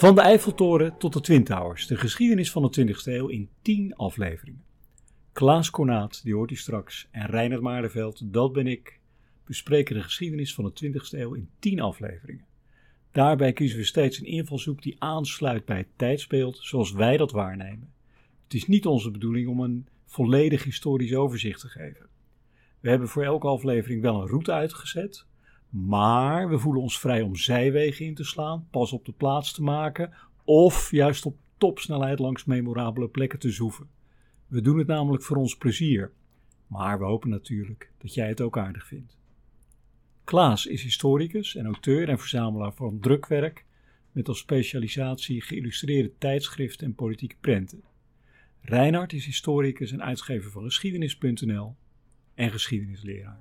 Van de Eiffeltoren tot de Twin Towers, de geschiedenis van de 20e eeuw in 10 afleveringen. Klaas Kornaat, die hoort u straks, en Reinhard Maardenveld, dat ben ik, bespreken de geschiedenis van de 20e eeuw in 10 afleveringen. Daarbij kiezen we steeds een invalshoek die aansluit bij het tijdsbeeld zoals wij dat waarnemen. Het is niet onze bedoeling om een volledig historisch overzicht te geven. We hebben voor elke aflevering wel een route uitgezet, maar we voelen ons vrij om zijwegen in te slaan, pas op de plaats te maken of juist op topsnelheid langs memorabele plekken te zoeven. We doen het namelijk voor ons plezier, maar we hopen natuurlijk dat jij het ook aardig vindt. Klaas is historicus en auteur en verzamelaar van drukwerk met als specialisatie geïllustreerde tijdschriften en politieke prenten. Reinhard is historicus en uitgever van geschiedenis.nl en geschiedenisleraar.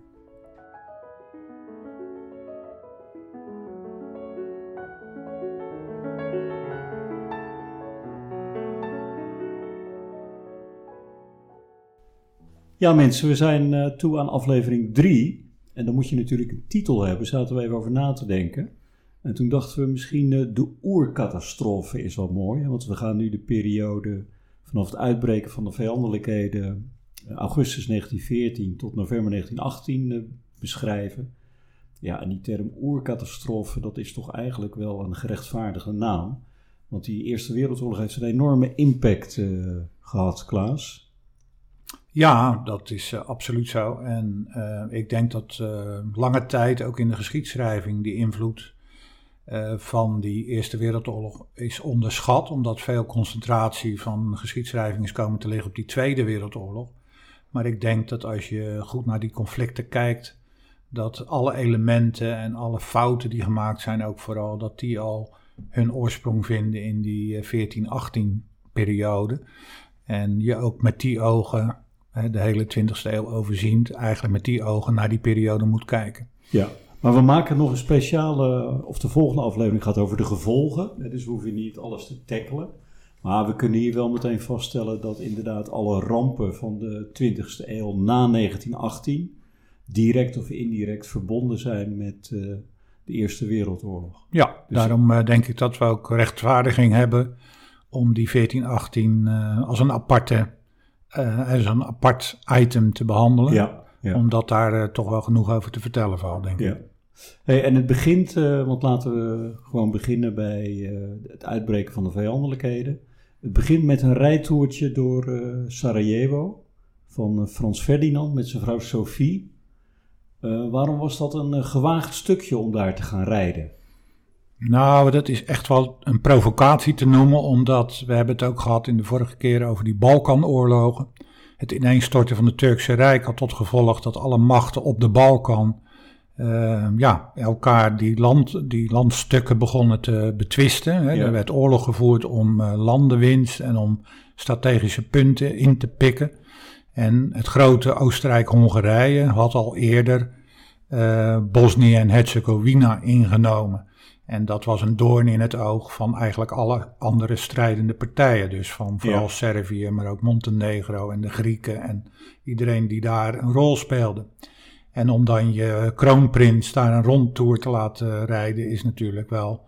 Ja mensen, we zijn toe aan aflevering 3 en dan moet je natuurlijk een titel hebben, zaten we even over na te denken. En toen dachten we misschien de oercatastrofe is wel mooi, want we gaan nu de periode vanaf het uitbreken van de vijandelijkheden augustus 1914 tot november 1918 beschrijven. Ja, en die term oercatastrofe, dat is toch eigenlijk wel een gerechtvaardigde naam. Want die Eerste Wereldoorlog heeft een enorme impact gehad, Klaas. Ja, dat is absoluut zo. En ik denk dat lange tijd ook in de geschiedschrijving die invloed van die Eerste Wereldoorlog is onderschat. Omdat veel concentratie van geschiedschrijving is komen te liggen op die Tweede Wereldoorlog. Maar ik denk dat als je goed naar die conflicten kijkt, dat alle elementen en alle fouten die gemaakt zijn ook vooral, dat die al hun oorsprong vinden in die 14-18 periode. En je ook met die ogen de hele 20e eeuw overziend, eigenlijk met die ogen naar die periode moet kijken. Ja, maar we maken nog een speciale, of de volgende aflevering gaat over de gevolgen. Dus we hoeven niet alles te tackelen. Maar we kunnen hier wel meteen vaststellen dat inderdaad alle rampen van de 20e eeuw na 1918 direct of indirect verbonden zijn met de Eerste Wereldoorlog. Ja, dus daarom denk ik dat we ook rechtvaardiging hebben om die 1418 als een apart item te behandelen. Ja. Omdat daar toch wel genoeg over te vertellen valt, denk ik. Ja. Hey, en het begint, want laten we gewoon beginnen bij het uitbreken van de vijandelijkheden. Het begint met een rijtoertje door Sarajevo van Frans Ferdinand met zijn vrouw Sophie. Waarom was dat een gewaagd stukje om daar te gaan rijden? Nou, dat is echt wel een provocatie te noemen, omdat we hebben het ook gehad in de vorige keer over die Balkanoorlogen. Het ineenstorten van het Turkse Rijk had tot gevolg dat alle machten op de Balkan elkaar die landstukken begonnen te betwisten. Hè. Ja. Er werd oorlog gevoerd om landenwinst en om strategische punten in te pikken. En het grote Oostenrijk-Hongarije had al eerder Bosnië en Herzegovina ingenomen. En dat was een doorn in het oog van eigenlijk alle andere strijdende partijen. Dus van vooral Servië, maar ook Montenegro en de Grieken en iedereen die daar een rol speelde. En om dan je kroonprins daar een rondtour te laten rijden is natuurlijk wel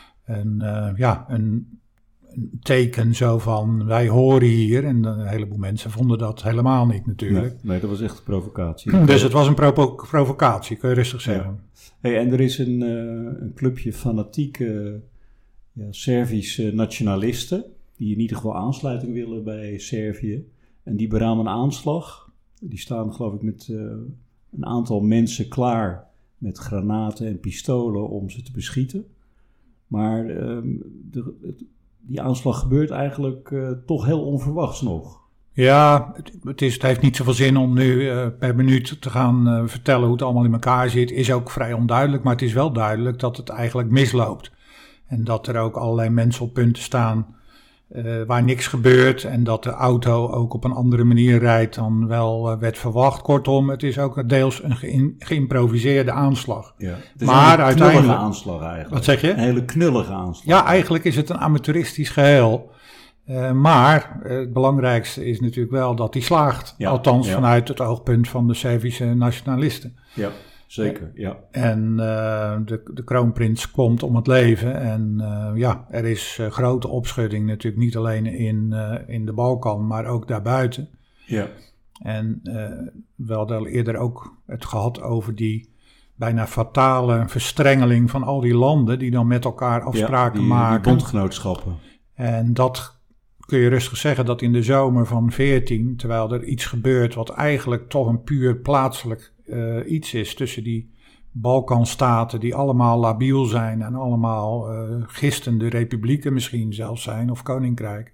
een teken zo van wij horen hier. En een heleboel mensen vonden dat helemaal niet natuurlijk. Nee, dat was echt een provocatie. Dus het was een provocatie, kun je rustig zeggen. Ja. Hey, en er is een clubje fanatieke Servische nationalisten die in ieder geval aansluiting willen bij Servië. En die beramen een aanslag. Die staan geloof ik met een aantal mensen klaar met granaten en pistolen om ze te beschieten. Maar die aanslag gebeurt eigenlijk toch heel onverwachts nog. Ja, het heeft niet zoveel zin om nu per minuut te gaan vertellen hoe het allemaal in elkaar zit. Is ook vrij onduidelijk, maar het is wel duidelijk dat het eigenlijk misloopt. En dat er ook allerlei mensen op punten staan waar niks gebeurt. En dat de auto ook op een andere manier rijdt dan wel werd verwacht. Kortom, het is ook deels een geïmproviseerde aanslag. Ja, het is maar een knullige aanslag eigenlijk. Wat zeg je? Een hele knullige aanslag. Ja, eigenlijk is het een amateuristisch geheel. Maar het belangrijkste is natuurlijk wel dat die slaagt. Ja, althans vanuit het oogpunt van de Servische nationalisten. Ja. zeker, ja. En de kroonprins komt om het leven. En er is grote opschudding natuurlijk niet alleen in de Balkan, maar ook daarbuiten. Ja. En we hadden al eerder ook het gehad over die bijna fatale verstrengeling van al die landen die dan met elkaar afspraken maken. Die bondgenootschappen. En dat kun je rustig zeggen dat in de zomer van 14, terwijl er iets gebeurt wat eigenlijk toch een puur plaatselijk iets is tussen die Balkanstaten die allemaal labiel zijn en allemaal gistende republieken misschien zelfs zijn of koninkrijk.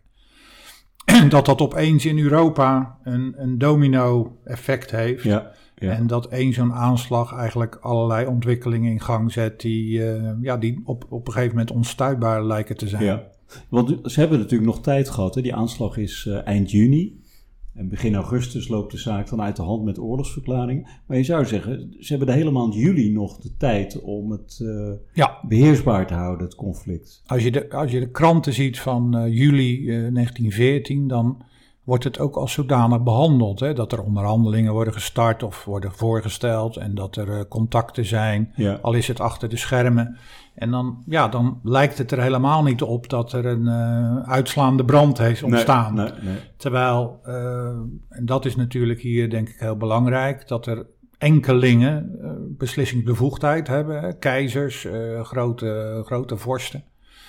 Dat opeens in Europa een domino-effect heeft. Ja. En dat één zo'n aanslag eigenlijk allerlei ontwikkelingen in gang zet die op een gegeven moment onstuitbaar lijken te zijn. Ja, want ze hebben natuurlijk nog tijd gehad. Hè? Die aanslag is eind juni. En begin augustus loopt de zaak dan uit de hand met oorlogsverklaring. Maar je zou zeggen, ze hebben de hele maand juli nog de tijd om het beheersbaar te houden, het conflict. Als je de kranten ziet van juli 1914, dan wordt het ook als zodanig behandeld. Hè? Dat er onderhandelingen worden gestart of worden voorgesteld en dat er contacten zijn, al is het achter de schermen. En dan lijkt het er helemaal niet op dat er een uitslaande brand heeft ontstaan. Nee. Terwijl, en dat is natuurlijk hier denk ik heel belangrijk, dat er enkelingen beslissingsbevoegdheid hebben. Keizers, grote vorsten.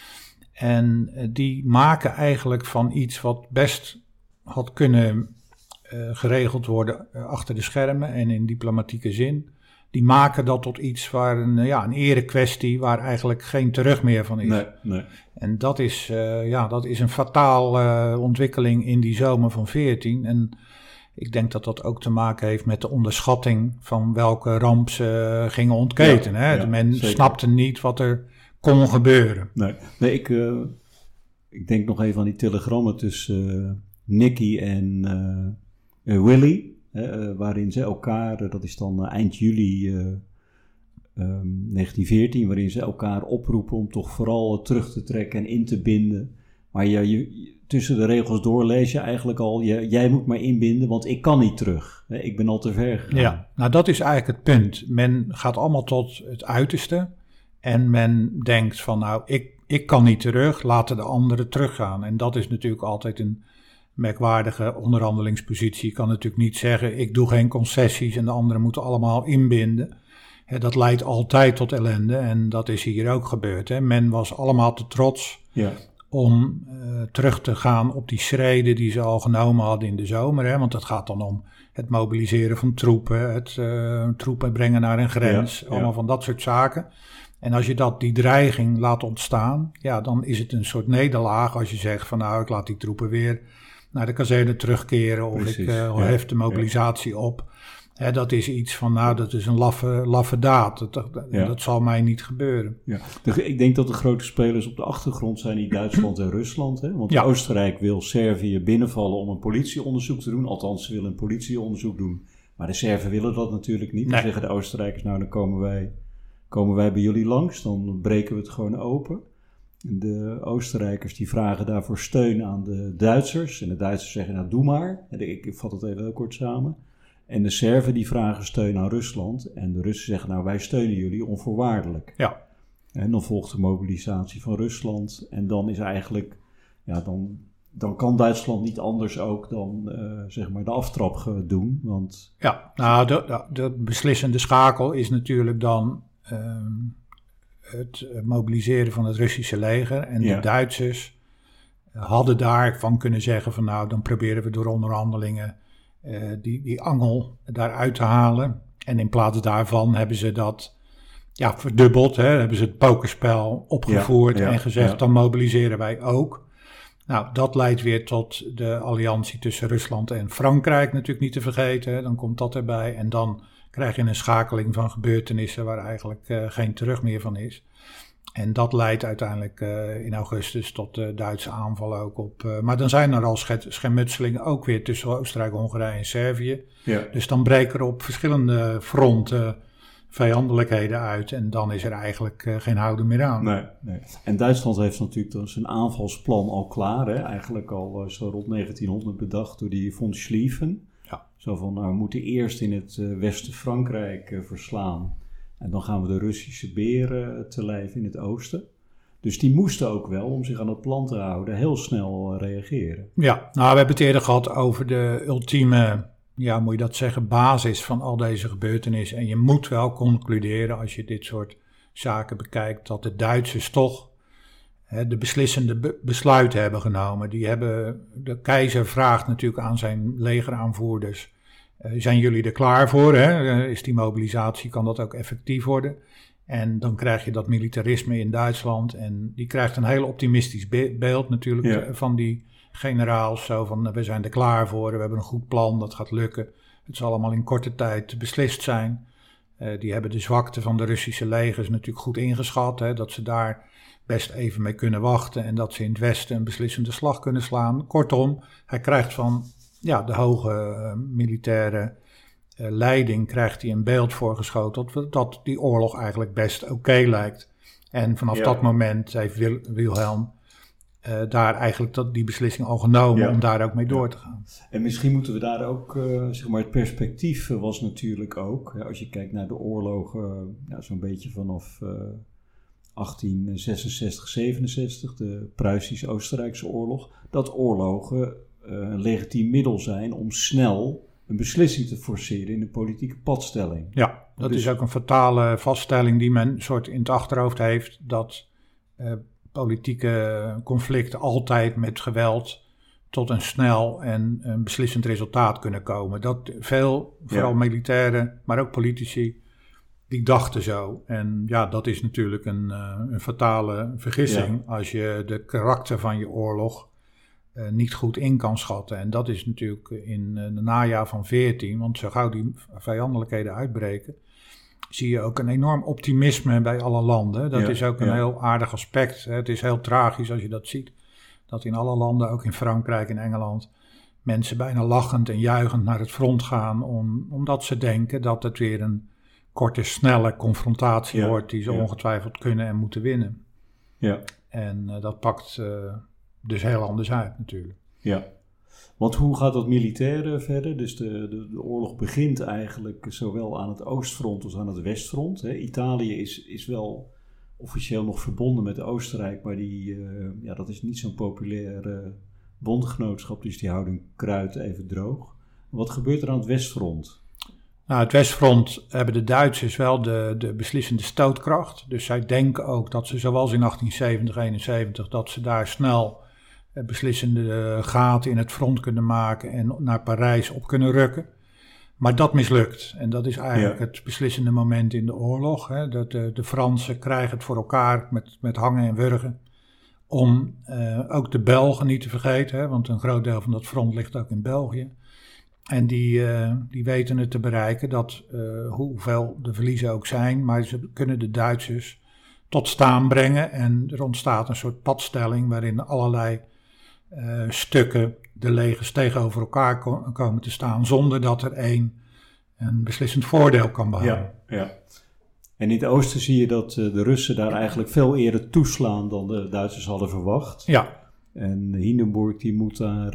En die maken eigenlijk van iets wat best had kunnen geregeld worden achter de schermen en in diplomatieke zin. Die maken dat tot iets waar een erekwestie waar eigenlijk geen terug meer van is. Nee. En dat is een fatale ontwikkeling in die zomer van 14. En ik denk dat dat ook te maken heeft met de onderschatting van welke ramp ze gingen ontketenen. Men snapte niet wat er kon gebeuren. Nee, ik denk nog even aan die telegrammen tussen Nicky en Willy. Waarin ze elkaar, dat is dan eind juli 1914, waarin ze elkaar oproepen om toch vooral terug te trekken en in te binden. Maar tussen de regels door lees je eigenlijk al, jij moet maar inbinden, want ik kan niet terug. Ik ben al te ver gegaan. Ja, nou dat is eigenlijk het punt. Men gaat allemaal tot het uiterste en men denkt van ik kan niet terug, laten de anderen teruggaan. En dat is natuurlijk altijd een merkwaardige onderhandelingspositie. Je kan natuurlijk niet zeggen, ik doe geen concessies en de anderen moeten allemaal inbinden. Dat leidt altijd tot ellende en dat is hier ook gebeurd. Men was allemaal te trots om terug te gaan op die schreden die ze al genomen hadden in de zomer. Want het gaat dan om het mobiliseren van troepen, het troepen brengen naar een grens, allemaal van dat soort zaken. En als je die dreiging laat ontstaan, dan is het een soort nederlaag als je zegt van ik laat die troepen weer naar de kazerne terugkeren of ik hef de mobilisatie op. Dat is iets van, dat is een laffe daad. Dat zal mij niet gebeuren. Ja. Ik denk dat de grote spelers op de achtergrond zijn die Duitsland en Rusland. Hè? Want Oostenrijk wil Servië binnenvallen om een politieonderzoek te doen. Althans, ze willen een politieonderzoek doen. Maar de Serven willen dat natuurlijk niet. Dan zeggen de Oostenrijkers, dan komen wij bij jullie langs. Dan breken we het gewoon open. De Oostenrijkers die vragen daarvoor steun aan de Duitsers. En de Duitsers zeggen, doe maar. Ik vat het even heel kort samen. En de Serven die vragen steun aan Rusland. En de Russen zeggen, wij steunen jullie onvoorwaardelijk. Ja. En dan volgt de mobilisatie van Rusland. En dan is eigenlijk, dan kan Duitsland niet anders ook dan de aftrap doen. Want de beslissende schakel is natuurlijk dan het mobiliseren van het Russische leger. En de Duitsers hadden daarvan kunnen zeggen van dan proberen we door onderhandelingen die angel daaruit te halen. En in plaats daarvan hebben ze dat verdubbeld. Hebben ze het pokerspel opgevoerd en gezegd dan mobiliseren wij ook. Dat leidt weer tot de alliantie tussen Rusland en Frankrijk natuurlijk niet te vergeten. Dan komt dat erbij en dan krijg je een schakeling van gebeurtenissen waar eigenlijk geen terug meer van is. En dat leidt uiteindelijk in augustus tot de Duitse aanval ook op. Maar dan zijn er al schermutselingen ook weer tussen Oostenrijk, Hongarije en Servië. Ja. Dus dan breken er op verschillende fronten vijandelijkheden uit. En dan is er eigenlijk geen houden meer aan. Nee. En Duitsland heeft natuurlijk zijn aanvalsplan al klaar. Hè? Eigenlijk al zo rond 1900 bedacht door die von Schlieffen. Ja. Zo van, nou, we moeten eerst in het westen Frankrijk verslaan. En dan gaan we de Russische beren te lijf in het oosten. Dus die moesten ook wel, om zich aan het plan te houden, heel snel reageren. Ja, nou, we hebben het eerder gehad over de ultieme, ja, moet je dat zeggen, basis van al deze gebeurtenissen. En je moet wel concluderen, als je dit soort zaken bekijkt, dat de Duitsers toch de beslissende besluiten hebben genomen. De keizer vraagt natuurlijk aan zijn legeraanvoerders, zijn jullie er klaar voor? Hè? Is die mobilisatie, kan dat ook effectief worden? En dan krijg je dat militarisme in Duitsland en die krijgt een heel optimistisch beeld natuurlijk van die generaals. Zo van, we zijn er klaar voor, we hebben een goed plan, dat gaat lukken. Het zal allemaal in korte tijd beslist zijn. Die hebben de zwakte van de Russische legers natuurlijk goed ingeschat. Hè, dat ze daar best even mee kunnen wachten en dat ze in het westen een beslissende slag kunnen slaan. Kortom, hij krijgt van de hoge militaire leiding krijgt hij een beeld voorgeschoteld dat die oorlog eigenlijk best oké lijkt. En vanaf dat moment heeft Wilhelm daar eigenlijk die beslissing al genomen om daar ook mee door te gaan. En misschien moeten we daar ook, het perspectief was natuurlijk ook, als je kijkt naar de oorlogen, zo'n beetje vanaf 1866, 67, de Pruisisch-Oostenrijkse oorlog, dat oorlogen een legitiem middel zijn om snel een beslissing te forceren in de politieke padstelling. Ja, dat is ook een fatale vaststelling die men soort in het achterhoofd heeft, dat politieke conflicten altijd met geweld tot een snel en een beslissend resultaat kunnen komen. Dat veel, vooral militairen, maar ook politici, die dachten zo. En ja, dat is natuurlijk een fatale vergissing als je de karakter van je oorlog niet goed in kan schatten. En dat is natuurlijk in het najaar van 14, want zo gauw die vijandelijkheden uitbreken, zie je ook een enorm optimisme bij alle landen. Dat is ook een heel aardig aspect. Het is heel tragisch als je dat ziet. Dat in alle landen, ook in Frankrijk en Engeland, mensen bijna lachend en juichend naar het front gaan, omdat ze denken dat het weer een korte, snelle confrontatie wordt die ze ongetwijfeld kunnen en moeten winnen. Ja. En dat pakt dus heel anders uit natuurlijk. Ja. Want hoe gaat dat militaire verder? Dus de oorlog begint eigenlijk zowel aan het oostfront als aan het westfront. Hè. Italië is wel officieel nog verbonden met Oostenrijk, maar dat is niet zo'n populair bondgenootschap, dus die houden hun kruid even droog. Wat gebeurt er aan het westfront? Nou, het westfront hebben de Duitsers wel de beslissende stootkracht. Dus zij denken ook dat ze, zoals in 1870, 71, dat ze daar snel beslissende gaten in het front kunnen maken en naar Parijs op kunnen rukken. Maar dat mislukt. En dat is eigenlijk het beslissende moment in de oorlog. Hè. De Fransen krijgen het voor elkaar met hangen en wurgen om ook de Belgen niet te vergeten. Hè, want een groot deel van dat front ligt ook in België. En die weten het te bereiken, dat hoeveel de verliezen ook zijn, maar ze kunnen de Duitsers tot staan brengen. En er ontstaat een soort padstelling waarin allerlei stukken de legers tegenover elkaar komen te staan, zonder dat er een beslissend voordeel kan behalen. Ja. En in het oosten zie je dat de Russen daar eigenlijk veel eerder toeslaan dan de Duitsers hadden verwacht. Ja. En Hindenburg die moet daar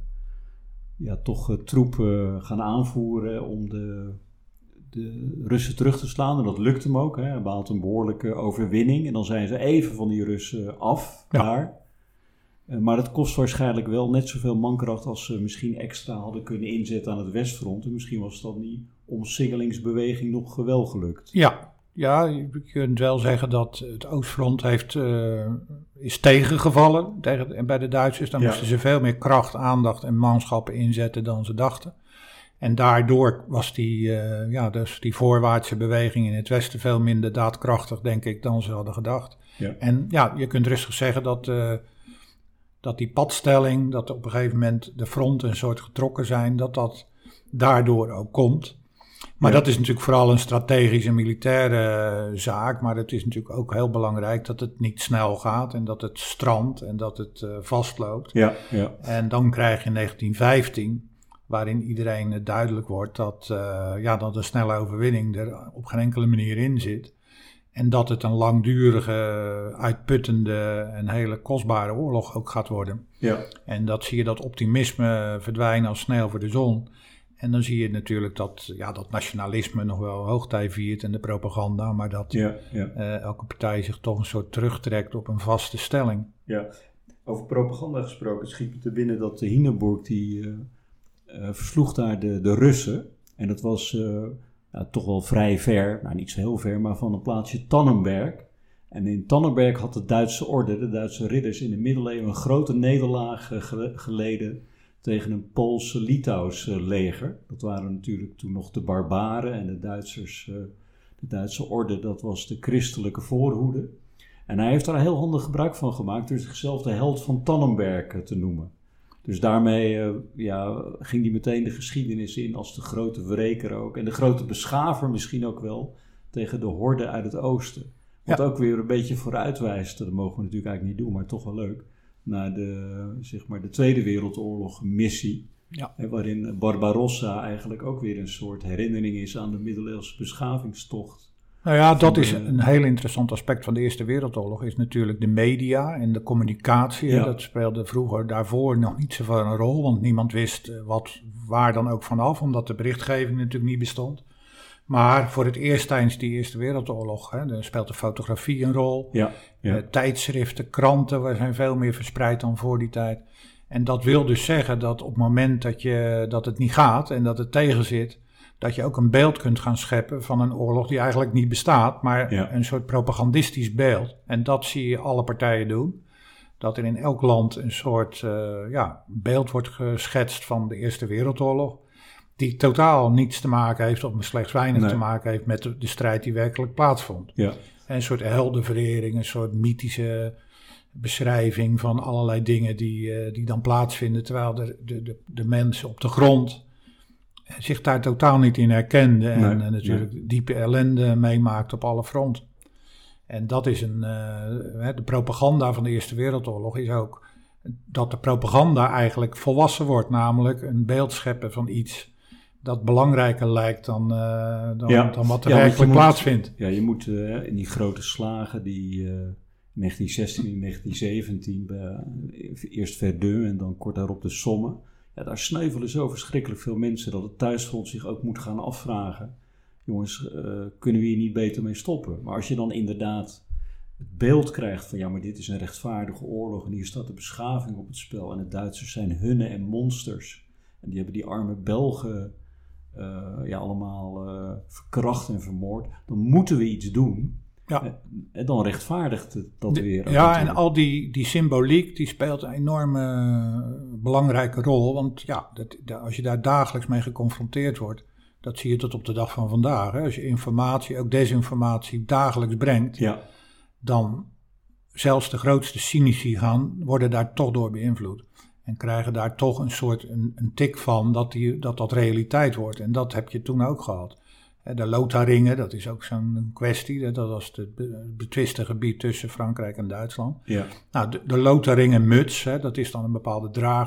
toch troepen gaan aanvoeren om de Russen terug te slaan. En dat lukt hem ook. Hè. Hij behaalt een behoorlijke overwinning. En dan zijn ze even van die Russen af daar. Maar dat kost waarschijnlijk wel net zoveel mankracht als ze misschien extra hadden kunnen inzetten aan het westfront. En misschien was dan die omsingelingsbeweging nog wel gelukt. Ja, je kunt wel zeggen dat het oostfront is tegengevallen bij de Duitsers. Dan moesten ze veel meer kracht, aandacht en manschappen inzetten dan ze dachten. En daardoor was die voorwaartse beweging in het westen veel minder daadkrachtig, denk ik, dan ze hadden gedacht. Ja. En je kunt rustig zeggen dat die padstelling, dat op een gegeven moment de fronten een soort getrokken zijn, dat daardoor ook komt. Maar dat is natuurlijk vooral een strategische militaire zaak, maar het is natuurlijk ook heel belangrijk dat het niet snel gaat en dat het strandt en dat het vastloopt. Ja. En dan krijg je in 1915, waarin iedereen duidelijk wordt dat een snelle overwinning er op geen enkele manier in zit. En dat het een langdurige, uitputtende en hele kostbare oorlog ook gaat worden. Ja. En dat zie je dat optimisme verdwijnen als sneeuw voor de zon. En dan zie je natuurlijk dat nationalisme nog wel hoogtij viert en de propaganda, maar dat elke partij zich toch een soort terugtrekt op een vaste stelling. Ja, over propaganda gesproken schiet me te binnen dat de Hindenburg die versloeg daar de Russen. En dat was toch wel vrij ver, nou niet zo heel ver, maar van een plaatsje Tannenberg. En in Tannenberg had de Duitse orde, de Duitse ridders in de middeleeuwen een grote nederlaag geleden tegen een Poolse-Litouws leger. Dat waren natuurlijk toen nog de barbaren en de Duitse orde, dat was de christelijke voorhoede. En hij heeft daar heel handig gebruik van gemaakt door zichzelf de held van Tannenberg te noemen. Dus daarmee ging hij meteen de geschiedenis in als de grote wreker ook. En de grote beschaver misschien ook wel tegen de horde uit het oosten. Wat ook weer een beetje vooruitwijst, dat mogen we natuurlijk eigenlijk niet doen, maar toch wel leuk, naar de Tweede Wereldoorlog missie. Ja. Waarin Barbarossa eigenlijk ook weer een soort herinnering is aan de middeleeuwse beschavingstocht. Nou ja, dat is een heel interessant aspect van de Eerste Wereldoorlog, is natuurlijk de media en de communicatie. Ja. Dat speelde vroeger daarvoor nog niet zoveel een rol, want niemand wist waar dan ook vanaf, omdat de berichtgeving natuurlijk niet bestond. Maar voor het eerst tijdens die Eerste Wereldoorlog speelt de fotografie een rol. Ja. Tijdschriften, kranten zijn veel meer verspreid dan voor die tijd. En dat wil dus zeggen dat op het moment dat het niet gaat en dat het tegenzit, dat je ook een beeld kunt gaan scheppen van een oorlog die eigenlijk niet bestaat, maar een soort propagandistisch beeld. En dat zie je alle partijen doen. Dat er in elk land een soort beeld wordt geschetst van de Eerste Wereldoorlog, die totaal niets te maken heeft, of slechts weinig te maken heeft met de strijd die werkelijk plaatsvond. Ja. En een soort heldenverering, een soort mythische beschrijving van allerlei dingen die dan plaatsvinden, terwijl de mensen op de grond zich daar totaal niet in herkende en natuurlijk diepe ellende meemaakt op alle fronten. En dat is de propaganda van de Eerste Wereldoorlog is ook dat de propaganda eigenlijk volwassen wordt, namelijk een beeld scheppen van iets dat belangrijker lijkt dan wat er werkelijk plaatsvindt. Ja, je moet in die grote slagen die 1916 en 1917, eerst Verdun en dan kort daarop de Somme. Ja, daar sneuvelen zo verschrikkelijk veel mensen dat het thuisfront zich ook moet gaan afvragen. Jongens, kunnen we hier niet beter mee stoppen? Maar als je dan inderdaad het beeld krijgt van maar dit is een rechtvaardige oorlog en hier staat de beschaving op het spel en de Duitsers zijn hunnen en monsters. En die hebben die arme Belgen allemaal verkracht en vermoord. Dan moeten we iets doen. Ja. En dan rechtvaardigt het dat weer. Ja, en al die symboliek die speelt een enorme belangrijke rol. Want als je daar dagelijks mee geconfronteerd wordt, dat zie je tot op de dag van vandaag. Hè? Als je informatie, ook desinformatie, dagelijks brengt, dan zelfs de grootste cynici worden daar toch door beïnvloed. En krijgen daar toch een soort een tik van dat realiteit wordt. En dat heb je toen ook gehad. De Lotharingen, dat is ook zo'n kwestie. Dat was het betwiste gebied tussen Frankrijk en Duitsland. Ja. Nou, de Lotharingen muts, dat is dan een bepaalde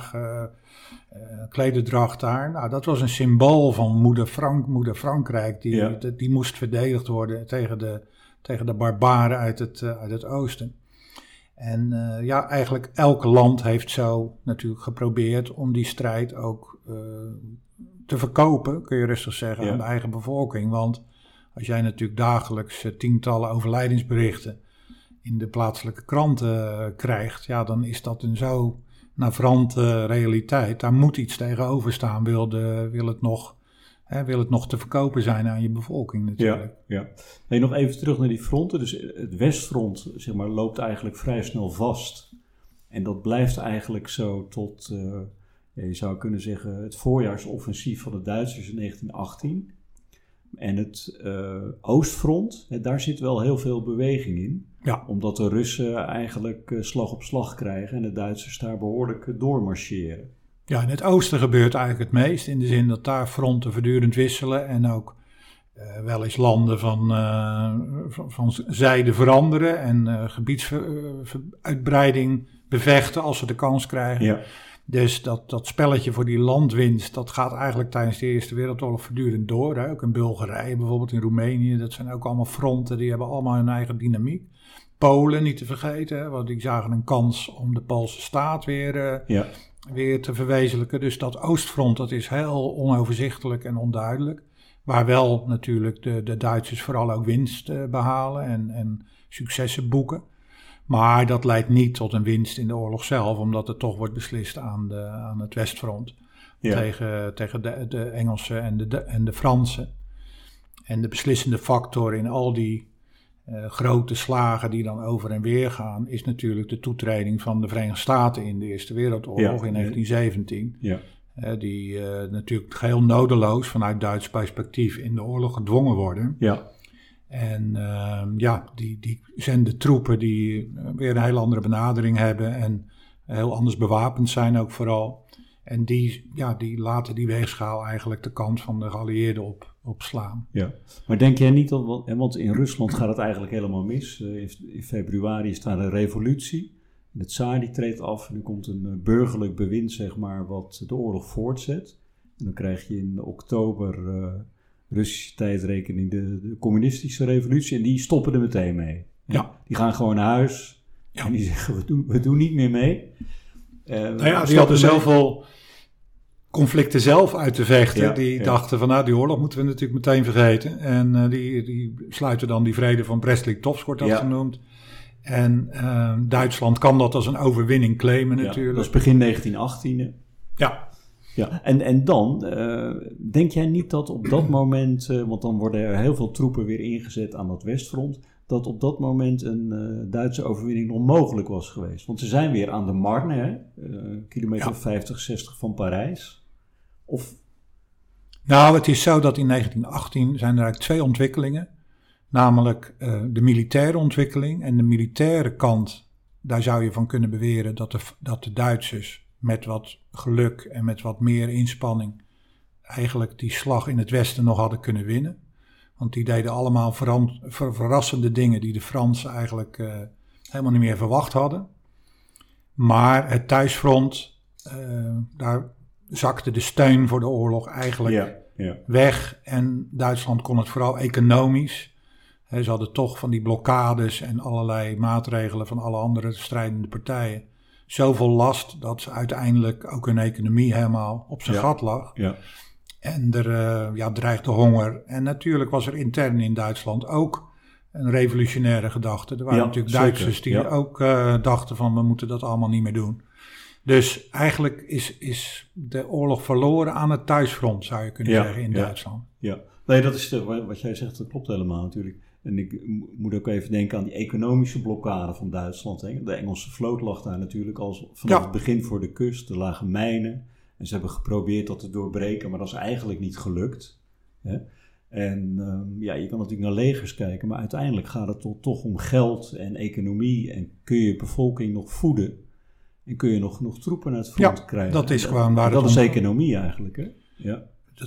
klederdracht daar. Nou, dat was een symbool van moeder Frankrijk. Die moest verdedigd worden tegen de barbaren uit het oosten. En eigenlijk elk land heeft zo natuurlijk geprobeerd om die strijd ook te verkopen, kun je rustig zeggen, aan de eigen bevolking. Want als jij natuurlijk dagelijks tientallen overlijdingsberichten in de plaatselijke kranten krijgt, dan is dat een zo navrante realiteit. Daar moet iets tegenover staan, wil het nog te verkopen zijn aan je bevolking natuurlijk. Ja. Nee, nog even terug naar die fronten. Dus het westfront, loopt eigenlijk vrij snel vast. En dat blijft eigenlijk zo tot, je zou kunnen zeggen, het voorjaarsoffensief van de Duitsers in 1918. En het oostfront, daar zit wel heel veel beweging in. Ja. Omdat de Russen eigenlijk slag op slag krijgen en de Duitsers daar behoorlijk doormarcheren. Ja, in het oosten gebeurt eigenlijk het meest, in de zin dat daar fronten voortdurend wisselen en ook wel eens landen van zijde veranderen en gebiedsuitbreiding bevechten als ze de kans krijgen. Ja. Dus dat spelletje voor die landwinst, dat gaat eigenlijk tijdens de Eerste Wereldoorlog voortdurend door. Hè? Ook in Bulgarije, bijvoorbeeld in Roemenië, dat zijn ook allemaal fronten, die hebben allemaal hun eigen dynamiek. Polen, niet te vergeten, want die zagen een kans om de Poolse staat weer weer te verwezenlijken. Dus dat oostfront, dat is heel onoverzichtelijk en onduidelijk. Waar wel natuurlijk de Duitsers vooral ook winst behalen en successen boeken. Maar dat leidt niet tot een winst in de oorlog zelf, omdat het toch wordt beslist aan het westfront. Ja. Tegen de Engelsen en de Fransen. En de beslissende factor in al die grote slagen die dan over en weer gaan, is natuurlijk de toetreding van de Verenigde Staten in de Eerste Wereldoorlog in 1917. Ja. Die natuurlijk geheel nodeloos vanuit Duits perspectief in de oorlog gedwongen worden. Ja. En die zenden troepen die weer een heel andere benadering hebben en heel anders bewapend zijn ook vooral. En die laten die weegschaal eigenlijk de kant van de geallieerden opslaan. Ja, maar denk jij niet dat, want in Rusland gaat het eigenlijk helemaal mis. In februari is daar een revolutie. De tsaar die treedt af en er komt een burgerlijk bewind, zeg maar, wat de oorlog voortzet. En dan krijg je in oktober Russische tijdrekening de communistische revolutie en die stoppen er meteen mee. Ja. Die gaan gewoon naar huis en die zeggen we doen niet meer mee. Die hadden zoveel conflicten zelf uit te vechten. Ja, die dachten van die oorlog moeten we natuurlijk meteen vergeten. En die sluiten dan die vrede van Brest-Litovsk, wordt dat genoemd. En Duitsland kan dat als een overwinning claimen natuurlijk. Dat is begin 1918. Ja. Ja, en dan, denk jij niet dat op dat moment, want dan worden er heel veel troepen weer ingezet aan dat westfront, dat op dat moment een Duitse overwinning nog mogelijk was geweest? Want ze zijn weer aan de Marne, kilometer 50, 60 van Parijs. Of... Nou, het is zo dat in 1918 zijn er eigenlijk twee ontwikkelingen. Namelijk de militaire ontwikkeling en de militaire kant. Daar zou je van kunnen beweren dat de Duitsers met wat geluk en met wat meer inspanning eigenlijk die slag in het westen nog hadden kunnen winnen. Want die deden allemaal verrassende dingen die de Fransen eigenlijk helemaal niet meer verwacht hadden. Maar het thuisfront, daar zakte de steun voor de oorlog eigenlijk weg. En Duitsland kon het vooral economisch. Ze hadden toch van die blokkades en allerlei maatregelen van alle andere strijdende partijen zoveel last dat ze uiteindelijk ook hun economie helemaal op zijn gat lag. Ja. En er dreigde honger. En natuurlijk was er intern in Duitsland ook een revolutionaire gedachte. Er waren natuurlijk Duitsers die ook dachten van we moeten dat allemaal niet meer doen. Dus eigenlijk is de oorlog verloren aan het thuisfront, zou je kunnen zeggen, in Duitsland. Ja, nee, dat is wat jij zegt, dat klopt helemaal natuurlijk. En ik moet ook even denken aan die economische blokkade van Duitsland. Hè. De Engelse vloot lag daar natuurlijk al vanaf het begin voor de kust. Er lagen mijnen. En ze hebben geprobeerd dat te doorbreken, maar dat is eigenlijk niet gelukt. Hè. En je kan natuurlijk naar legers kijken, maar uiteindelijk gaat het toch om geld en economie. En kun je bevolking nog voeden? En kun je nog genoeg troepen naar het front krijgen? Dat is gewoon waar dat is economie eigenlijk, hè? Ja.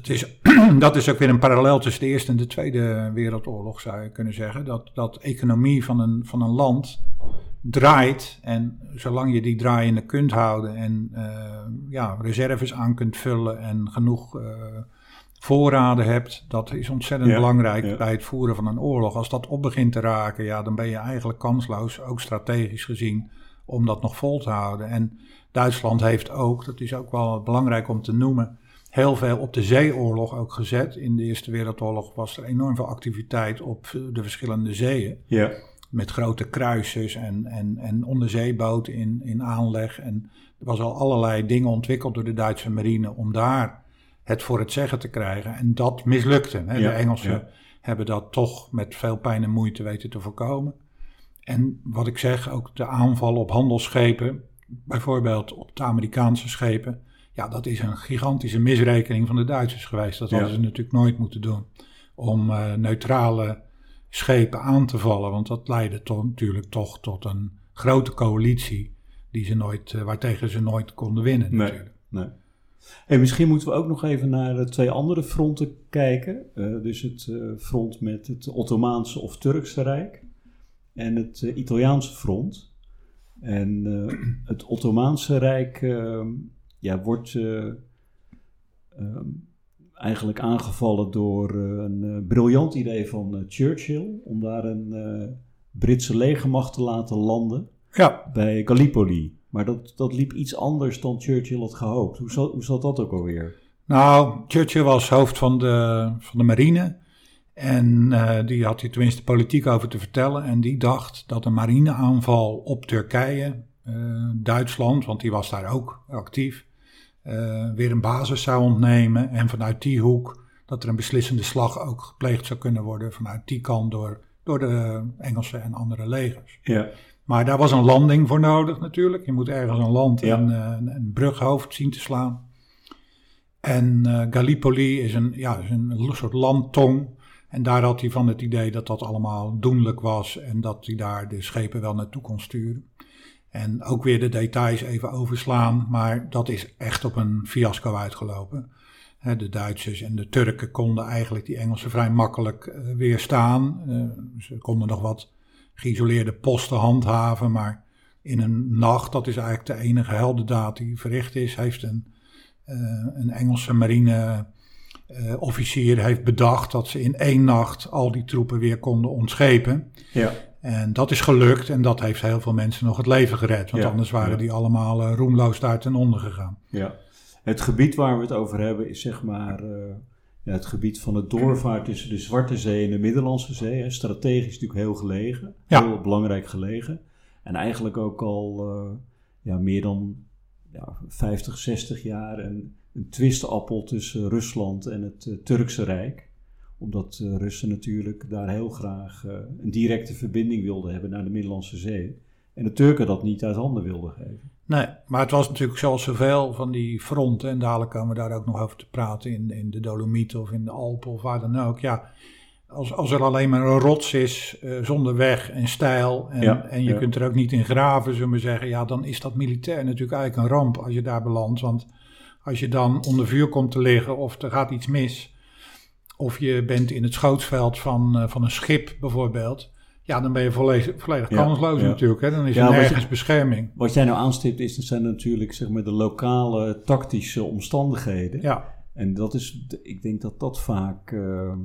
Dat is ook weer een parallel tussen de Eerste en de Tweede Wereldoorlog, zou je kunnen zeggen. Dat economie van een land draait en zolang je die draaiende kunt houden en reserves aan kunt vullen en genoeg voorraden hebt, dat is ontzettend belangrijk bij het voeren van een oorlog. Als dat op begint te raken, dan ben je eigenlijk kansloos, ook strategisch gezien, om dat nog vol te houden. En Duitsland heeft ook, dat is ook wel belangrijk om te noemen, heel veel op de zeeoorlog ook gezet. In de Eerste Wereldoorlog was er enorm veel activiteit op de verschillende zeeën. Ja. Met grote kruisers en onderzeeboten in aanleg. En er was al allerlei dingen ontwikkeld door de Duitse marine om daar het voor het zeggen te krijgen. En dat mislukte. Hè. De Engelsen hebben dat toch met veel pijn en moeite weten te voorkomen. En wat ik zeg, ook de aanval op handelsschepen, bijvoorbeeld op de Amerikaanse schepen. Ja, dat is een gigantische misrekening van de Duitsers geweest. Dat hadden ze natuurlijk nooit moeten doen. Om neutrale schepen aan te vallen. Want dat leidde natuurlijk toch tot een grote coalitie waartegen ze nooit konden winnen. Nee. Hey, misschien moeten we ook nog even naar twee andere fronten kijken. Dus het front met het Ottomaanse of Turkse Rijk. En het Italiaanse front. En het Ottomaanse Rijk wordt eigenlijk aangevallen door een briljant idee van Churchill om daar een Britse legermacht te laten landen bij Gallipoli. Maar dat liep iets anders dan Churchill had gehoopt. Hoe zat dat ook alweer? Nou, Churchill was hoofd van de marine. En die had hier tenminste politiek over te vertellen. En die dacht dat een marineaanval op Turkije, Duitsland, want die was daar ook actief, weer een basis zou ontnemen. En vanuit die hoek dat er een beslissende slag ook gepleegd zou kunnen worden vanuit die kant door de Engelse en andere legers. Ja. Maar daar was een landing voor nodig natuurlijk. Je moet ergens een land en een brughoofd zien te slaan. En Gallipoli is een soort landtong. En daar had hij van het idee dat dat allemaal doenlijk was en dat hij daar de schepen wel naartoe kon sturen. En ook weer de details even overslaan, maar dat is echt op een fiasco uitgelopen. De Duitsers en de Turken konden eigenlijk die Engelsen vrij makkelijk weerstaan. Ze konden nog wat geïsoleerde posten handhaven, maar in een nacht, dat is eigenlijk de enige heldendaad die verricht is, heeft een Engelse marine officier heeft bedacht dat ze in 1 nacht al die troepen weer konden ontschepen. Ja. En dat is gelukt en dat heeft heel veel mensen nog het leven gered. Want anders waren die allemaal roemloos daar ten onder gegaan. Ja. Het gebied waar we het over hebben is zeg maar het gebied van de doorvaart tussen de Zwarte Zee en de Middellandse Zee. Hè. Strategisch natuurlijk heel gelegen, heel belangrijk gelegen. En eigenlijk ook al meer dan 50, 60 jaar een twistappel tussen Rusland en het Turkse Rijk. Omdat Russen natuurlijk daar heel graag een directe verbinding wilden hebben naar de Middellandse Zee. En de Turken dat niet uit handen wilden geven. Nee, maar het was natuurlijk zoals zoveel van die fronten. En dadelijk komen we daar ook nog over te praten in de Dolomieten of in de Alpen of waar dan ook. Ja, als er alleen maar een rots is zonder weg en stijl en je kunt er ook niet in graven, zullen we zeggen. Ja, dan is dat militair natuurlijk eigenlijk een ramp als je daar belandt. Want als je dan onder vuur komt te liggen of er gaat iets mis, of je bent in het schootsveld van een schip bijvoorbeeld, ja, dan ben je volledig kansloos natuurlijk. Hè? Dan is er nergens bescherming. Wat jij nou aanstipt zijn natuurlijk zeg maar de lokale tactische omstandigheden. Ja. En dat is, ik denk dat dat vaak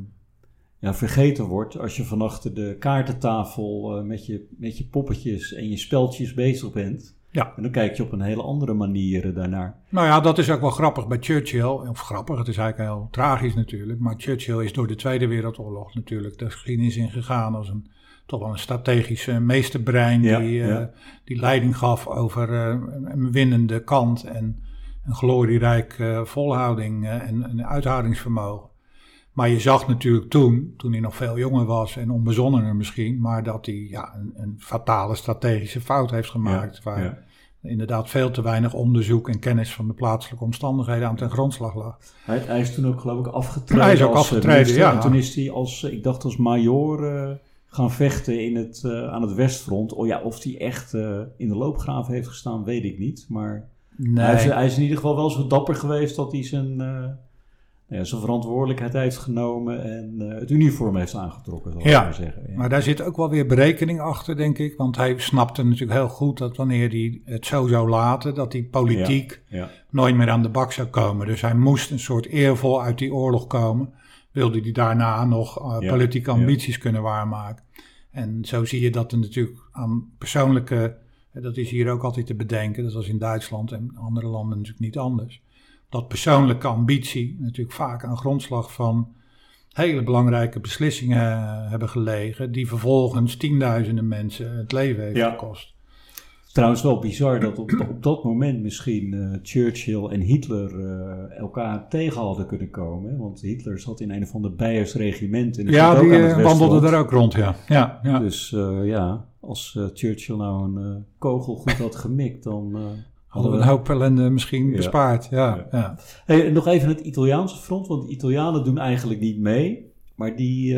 vergeten wordt als je van achter de kaartentafel met je poppetjes en je speltjes bezig bent. Ja. En dan kijk je op een hele andere manier daarnaar. Nou ja, dat is ook wel grappig bij Churchill. Of grappig, het is eigenlijk heel tragisch natuurlijk. Maar Churchill is door de Tweede Wereldoorlog natuurlijk de geschiedenis ingegaan als toch wel een strategische meesterbrein die leiding gaf over een winnende kant en een glorierijk volhouding en een uithoudingsvermogen. Maar je zag natuurlijk toen hij nog veel jonger was en onbezonnener misschien, maar dat hij een fatale strategische fout heeft gemaakt. Waar inderdaad veel te weinig onderzoek en kennis van de plaatselijke omstandigheden aan ten grondslag lag. Hij is toen ook geloof ik afgetreden. Hij is ook afgetreden, ja. En toen is hij als major gaan vechten aan het Westfront. Of hij echt in de loopgraven heeft gestaan, weet ik niet. Maar hij is in ieder geval wel zo dapper geweest dat hij zijn verantwoordelijkheid heeft genomen en het uniform heeft aangetrokken, zal ik maar zeggen. Ja, maar daar zit ook wel weer berekening achter, denk ik. Want hij snapte natuurlijk heel goed dat wanneer hij het zo zou laten, dat die politiek nooit meer aan de bak zou komen. Dus hij moest een soort eervol uit die oorlog komen. Wilde hij daarna nog politieke ambities kunnen waarmaken. En zo zie je dat er natuurlijk aan persoonlijke, dat is hier ook altijd te bedenken, dat was in Duitsland en andere landen natuurlijk niet anders. Dat persoonlijke ambitie natuurlijk vaak aan grondslag van hele belangrijke beslissingen hebben gelegen, die vervolgens tienduizenden mensen het leven heeft gekost. Trouwens wel bizar dat op dat moment misschien Churchill en Hitler elkaar tegen hadden kunnen komen. Hè? Want Hitler zat in een of ander Beiers regiment. En die wandelde er ook rond, ja. Dus als Churchill nou een kogel goed had gemikt, dan hadden we een hoop ellende misschien bespaard. Ja. Hey, nog even het Italiaanse front, want de Italianen doen eigenlijk niet mee. Maar die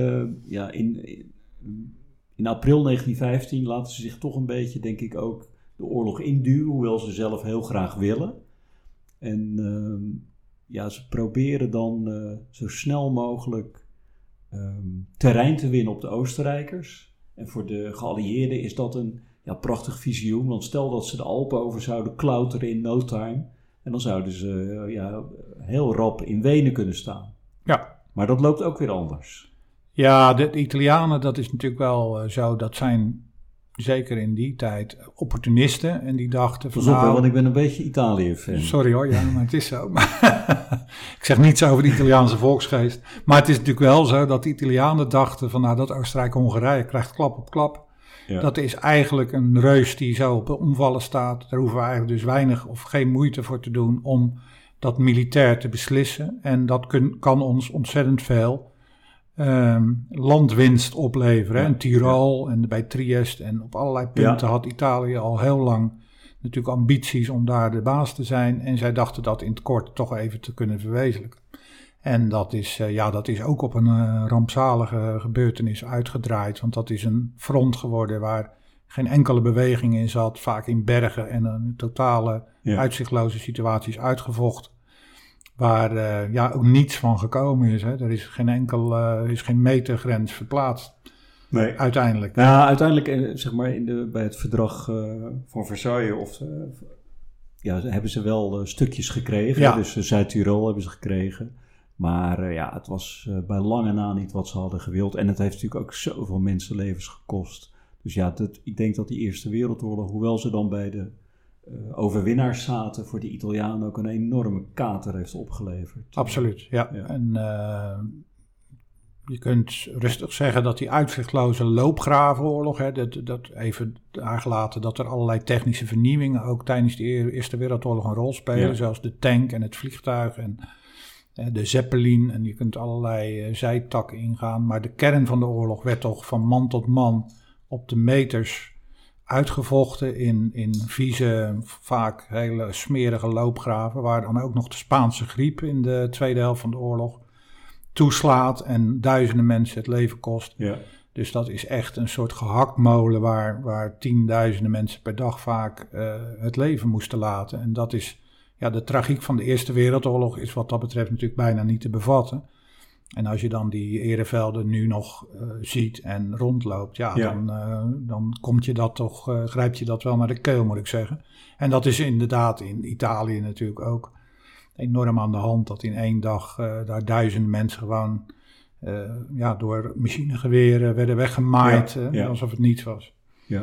in april 1915 laten ze zich toch een beetje, denk ik, ook de oorlog induwen, hoewel ze zelf heel graag willen. En ze proberen dan zo snel mogelijk terrein te winnen op de Oostenrijkers. En voor de geallieerden is dat een prachtig visioen. Want stel dat ze de Alpen over zouden klauteren in no time. En dan zouden ze heel rap in Wenen kunnen staan. Ja. Maar dat loopt ook weer anders. Ja, de Italianen, dat is natuurlijk wel zo. Dat zijn zeker in die tijd, opportunisten. En die dachten van Pas op, want ik ben een beetje Italië-fan. Sorry hoor, ja, maar het is zo. Ik zeg niets over de Italiaanse volksgeest. Maar het is natuurlijk wel zo dat de Italianen dachten van dat Oostenrijk-Hongarije krijgt klap op klap. Ja. Dat is eigenlijk een reus die zo op omvallen staat. Daar hoeven we eigenlijk dus weinig of geen moeite voor te doen om dat militair te beslissen. En dat kan ons ontzettend veel landwinst opleveren. Ja. En Tirol en bij Trieste en op allerlei punten had Italië al heel lang natuurlijk ambities om daar de baas te zijn. En zij dachten dat in het kort toch even te kunnen verwezenlijken. En dat is ook op een rampzalige gebeurtenis uitgedraaid. Want dat is een front geworden waar geen enkele beweging in zat. Vaak in bergen en een totale uitzichtloze situaties uitgevochten. Waar ook niets van gekomen is. Hè. Er is geen metergrens verplaatst. Nee. Uiteindelijk. Nou, uiteindelijk zeg maar bij het verdrag van Versailles hebben ze wel stukjes gekregen. Ja. Dus Zuid-Tirol hebben ze gekregen. Maar het was bij lange na niet wat ze hadden gewild. En het heeft natuurlijk ook zoveel mensenlevens gekost. Dus ik denk dat die Eerste Wereldoorlog, hoewel ze dan bij de overwinnaars zaten, voor de Italianen ook een enorme kater heeft opgeleverd. Absoluut, ja. En je kunt rustig zeggen dat die uitzichtloze loopgravenoorlog, dat even daar gelaten dat er allerlei technische vernieuwingen ook tijdens de Eerste Wereldoorlog een rol spelen, zoals de tank en het vliegtuig en de Zeppelin, en je kunt allerlei zijtakken ingaan. Maar de kern van de oorlog werd toch van man tot man op de meters uitgevochten in vieze, vaak hele smerige loopgraven, waar dan ook nog de Spaanse griep in de tweede helft van de oorlog toeslaat en duizenden mensen het leven kost. Ja. Dus dat is echt een soort gehaktmolen waar tienduizenden mensen per dag vaak het leven moesten laten. En dat is, de tragiek van de Eerste Wereldoorlog is wat dat betreft natuurlijk bijna niet te bevatten. En als je dan die erevelden nu nog ziet en rondloopt, dan komt je dat toch, grijpt je dat wel naar de keel, moet ik zeggen. En dat is inderdaad in Italië natuurlijk ook enorm aan de hand, dat in één dag daar duizenden mensen gewoon door machinegeweren werden weggemaaid, alsof het niets was.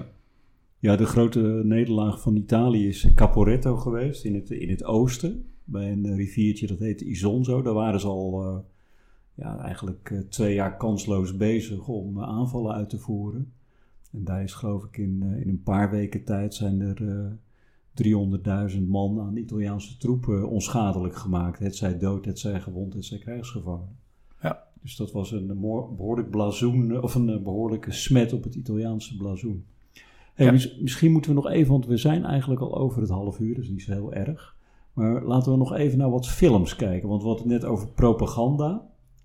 Ja, de grote nederlaag van Italië is Caporetto geweest in het oosten, bij een riviertje dat heet Isonzo. Daar waren ze al eigenlijk 2 jaar kansloos bezig om aanvallen uit te voeren. En daar is geloof ik in een paar weken tijd zijn er 300.000 man aan de Italiaanse troepen onschadelijk gemaakt. Het zij dood, het zij gewond, het zij krijgsgevangen. Ja. Dus dat was een behoorlijk blazoen, of een behoorlijke smet op het Italiaanse blazoen. Misschien moeten we nog even, want we zijn eigenlijk al over het half uur, dus niet zo heel erg. Maar laten we nog even naar wat films kijken, want we hadden het net over propaganda.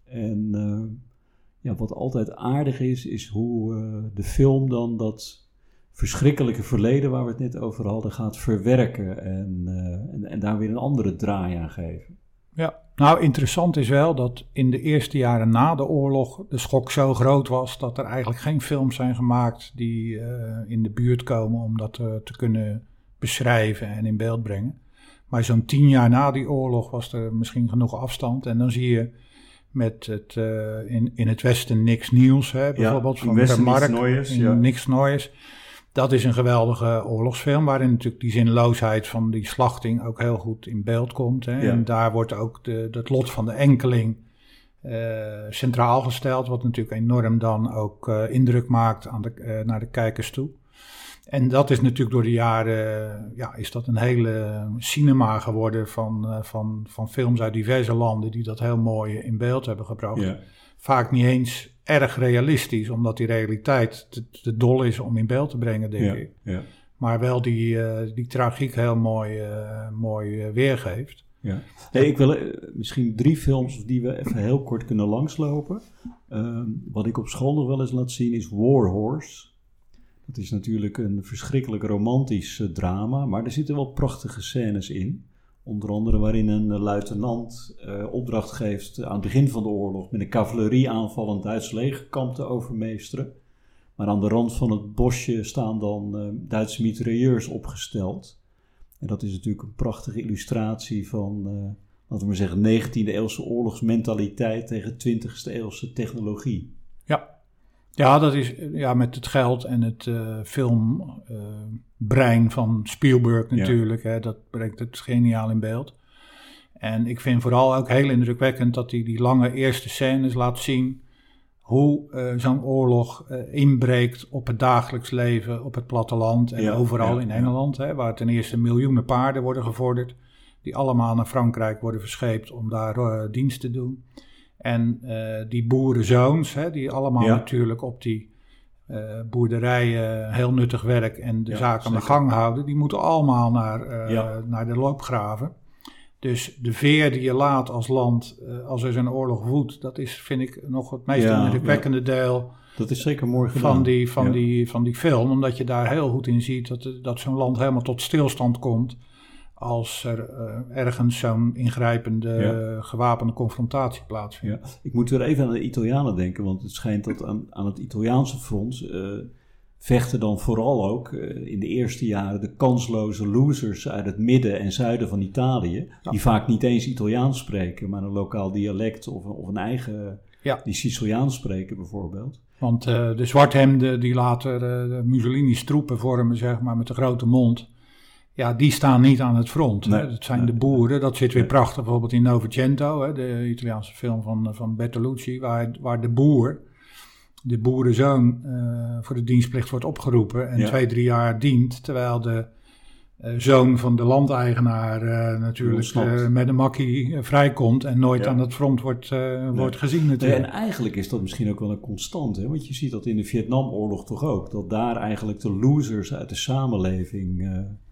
En wat altijd aardig is hoe de film dan dat verschrikkelijke verleden waar we het net over hadden gaat verwerken en daar weer een andere draai aan geven. Ja, nou interessant is wel dat in de eerste jaren na de oorlog de schok zo groot was dat er eigenlijk geen films zijn gemaakt die in de buurt komen om dat te kunnen beschrijven en in beeld brengen. Maar zo'n 10 jaar na die oorlog was er misschien genoeg afstand en dan zie je met het in het Westen niks nieuws, bijvoorbeeld van Remarque, Niks Neues. Dat is een geweldige oorlogsfilm, waarin natuurlijk die zinloosheid van die slachting ook heel goed in beeld komt. Hè? Ja. En daar wordt ook het lot van de enkeling centraal gesteld, wat natuurlijk enorm dan ook indruk maakt naar de kijkers toe. En dat is natuurlijk door de jaren, is dat een hele cinema geworden van films uit diverse landen die dat heel mooi in beeld hebben gebracht. Ja. Vaak niet eens erg realistisch, omdat die realiteit te dol is om in beeld te brengen, denk ik. Ja. Maar wel die tragiek heel mooi weergeeft. Ja. Hey, ik wil misschien 3 films die we even heel kort kunnen langslopen. Wat ik op school nog wel eens laat zien is War Horse. Dat is natuurlijk een verschrikkelijk romantisch drama, maar er zitten wel prachtige scènes in. Onder andere waarin een luitenant opdracht geeft aan het begin van de oorlog met een cavalerieaanval een Duits legerkamp te overmeesteren. Maar aan de rand van het bosje staan dan Duitse mitrailleurs opgesteld. En dat is natuurlijk een prachtige illustratie van, laten we maar zeggen, 19e eeuwse oorlogsmentaliteit tegen 20e eeuwse technologie. Ja. Ja, dat is met het geld en het filmbrein van Spielberg natuurlijk. Hè, dat brengt het geniaal in beeld. En ik vind vooral ook heel indrukwekkend dat hij die lange eerste scènes laat zien hoe zo'n oorlog inbreekt op het dagelijks leven, op het platteland en overal in Engeland. Hè, waar ten eerste miljoenen paarden worden gevorderd, die allemaal naar Frankrijk worden verscheept om daar dienst te doen. En die boerenzoons, die allemaal natuurlijk op die boerderijen heel nuttig werk en de zaak aan de gang houden, die moeten allemaal naar de loopgraven. Dus de veer die je laat als land als er zo'n oorlog woedt, dat is, vind ik, nog het meest indrukwekkende deel. Dat is zeker mooi gedaan. Van die film, omdat je daar heel goed in ziet dat zo'n land helemaal tot stilstand komt als er ergens zo'n ingrijpende gewapende confrontatie plaatsvindt. Ja. Ik moet weer even aan de Italianen denken, want het schijnt dat aan het Italiaanse front vechten dan vooral ook in de eerste jaren de kansloze losers uit het midden en zuiden van Italië, die vaak niet eens Italiaans spreken, maar een lokaal dialect of een eigen, die Siciliaans spreken bijvoorbeeld. Want de zwarthemden die later Mussolini's troepen vormen, zeg maar, met de grote mond, die staan niet aan het front. Nee, dat zijn de boeren. Dat zit weer prachtig bijvoorbeeld in Novecento, de Italiaanse film van Bertolucci, waar de boerenzoon voor de dienstplicht wordt opgeroepen en 2-3 jaar dient, terwijl de zoon van de landeigenaar natuurlijk met een makkie vrijkomt en nooit aan het front wordt gezien natuurlijk. Nee, en eigenlijk is dat misschien ook wel een constant, hè? Want je ziet dat in de Vietnamoorlog toch ook, dat daar eigenlijk de losers uit de samenleving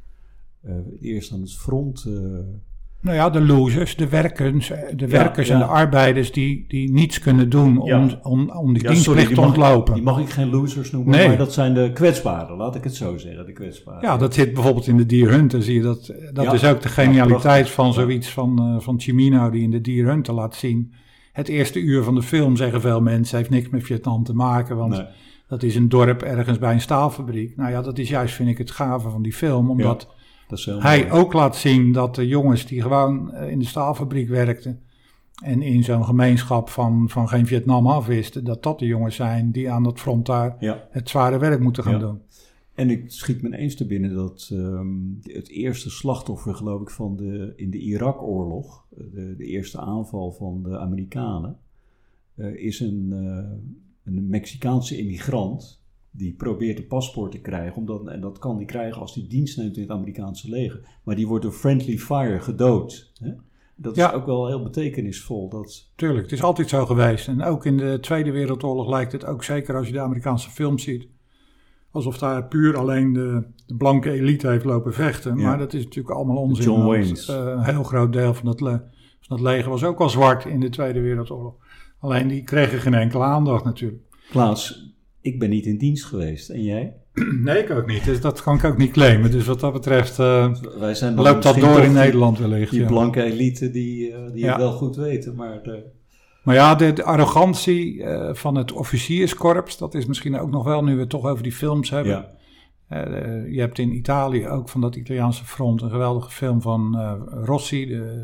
eerst aan het front... de losers, de werkers en de arbeiders die niets kunnen doen om die dienstplicht te ontlopen. Die mag ik geen losers noemen, maar dat zijn de kwetsbaren, laat ik het zo zeggen, de kwetsbaren. Ja, dat zit bijvoorbeeld in de Deer Hunter, zie je dat. Dat is ook de genialiteit van zoiets van Cimino die in de Deer Hunter laat zien. Het eerste uur van de film, zeggen veel mensen, heeft niks met Vietnam te maken, want dat is een dorp ergens bij een staalfabriek. Nou ja, dat is juist, vind ik, het gave van die film, omdat... hij ook laat zien dat de jongens die gewoon in de staalfabriek werkten en in zo'n gemeenschap van geen Vietnam afwisten, dat de jongens zijn die aan dat front daar het zware werk moeten gaan doen. En ik schiet me ineens te binnen dat het eerste slachtoffer, geloof ik, in de Irak-oorlog, de eerste aanval van de Amerikanen, is een Mexicaanse immigrant die probeert een paspoort te krijgen, en dat kan hij krijgen als hij dienst neemt in het Amerikaanse leger. Maar die wordt door friendly fire gedood. Hè? Dat is ook wel heel betekenisvol. Tuurlijk, het is altijd zo geweest. En ook in de Tweede Wereldoorlog lijkt het ook, zeker als je de Amerikaanse films ziet, alsof daar puur alleen de blanke elite heeft lopen vechten. Ja. Maar dat is natuurlijk allemaal onzin. John Wayne. Een heel groot deel van dat leger was ook al zwart in de Tweede Wereldoorlog. Alleen die kregen geen enkele aandacht natuurlijk. Klaas, ik ben niet in dienst geweest. En jij? Nee, ik ook niet. Dus dat kan ik ook niet claimen. Dus wat dat betreft loopt dat door in Nederland wellicht. Die blanke elite die het wel goed weten. Maar ja, de arrogantie van het officierskorps, dat is misschien ook nog wel, nu we het toch over die films hebben. Ja. Je hebt in Italië ook van dat Italiaanse front een geweldige film van Rossi,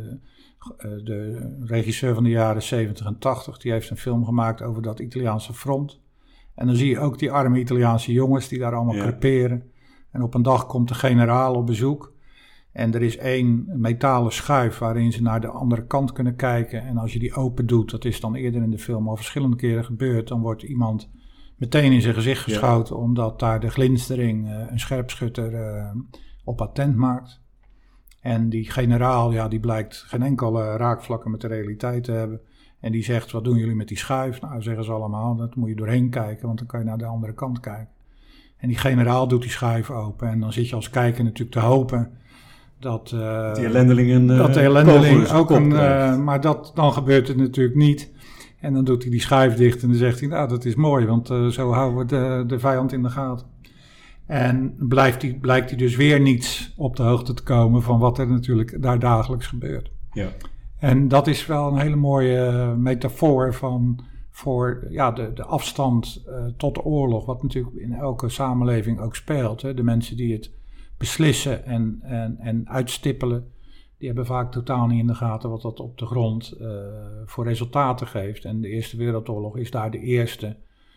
de regisseur van de jaren 70 en 80. Die heeft een film gemaakt over dat Italiaanse front. En dan zie je ook die arme Italiaanse jongens die daar allemaal creperen. En op een dag komt de generaal op bezoek. En er is 1 metalen schuif waarin ze naar de andere kant kunnen kijken. En als je die open doet, dat is dan eerder in de film al verschillende keren gebeurd, dan wordt iemand meteen in zijn gezicht geschoten, omdat daar de glinstering een scherpschutter op attent maakt. En die generaal, die blijkt geen enkele raakvlakken met de realiteit te hebben. En die zegt, wat doen jullie met die schuif? Nou, zeggen ze allemaal, dat moet je doorheen kijken, want dan kan je naar de andere kant kijken. En die generaal doet die schuif open. En dan zit je als kijker natuurlijk te hopen dat die ellendelingen ook maar dan gebeurt het natuurlijk niet. En dan doet hij die schuif dicht en dan zegt hij, nou, dat is mooi, want zo houden we de vijand in de gaten. En blijkt hij dus weer niets op de hoogte te komen van wat er natuurlijk daar dagelijks gebeurt. Ja. En dat is wel een hele mooie metafoor voor de afstand tot de oorlog, wat natuurlijk in elke samenleving ook speelt. Hè. De mensen die het beslissen en uitstippelen, die hebben vaak totaal niet in de gaten wat dat op de grond voor resultaten geeft. En de Eerste Wereldoorlog is daar de eerste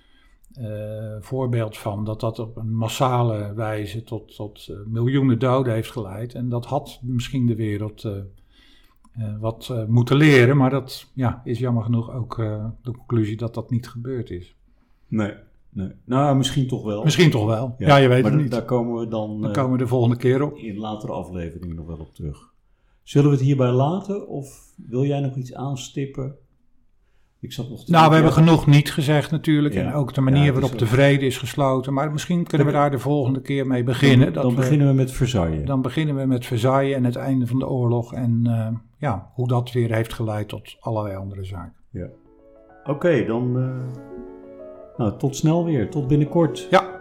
voorbeeld van dat op een massale wijze tot miljoenen doden heeft geleid. En dat had misschien de wereld wat moeten leren, maar dat is jammer genoeg ook de conclusie dat niet gebeurd is. Nee. Nou, misschien toch wel. Misschien toch wel. Ja, je weet het niet. Daar komen we dan... Daar komen we de volgende keer op. In latere afleveringen nog wel op terug. Zullen we het hierbij laten of wil jij nog iets aanstippen? Ik zat nog te we hebben genoeg niet gezegd natuurlijk. Ja. En ook de manier waarop de vrede is gesloten. Maar misschien kunnen we daar de volgende keer mee beginnen. Dan beginnen we met Versailles. Dan beginnen we met Versailles en het einde van de oorlog. En hoe dat weer heeft geleid tot allerlei andere zaken. Ja. Oké, dan tot snel weer. Tot binnenkort. Ja.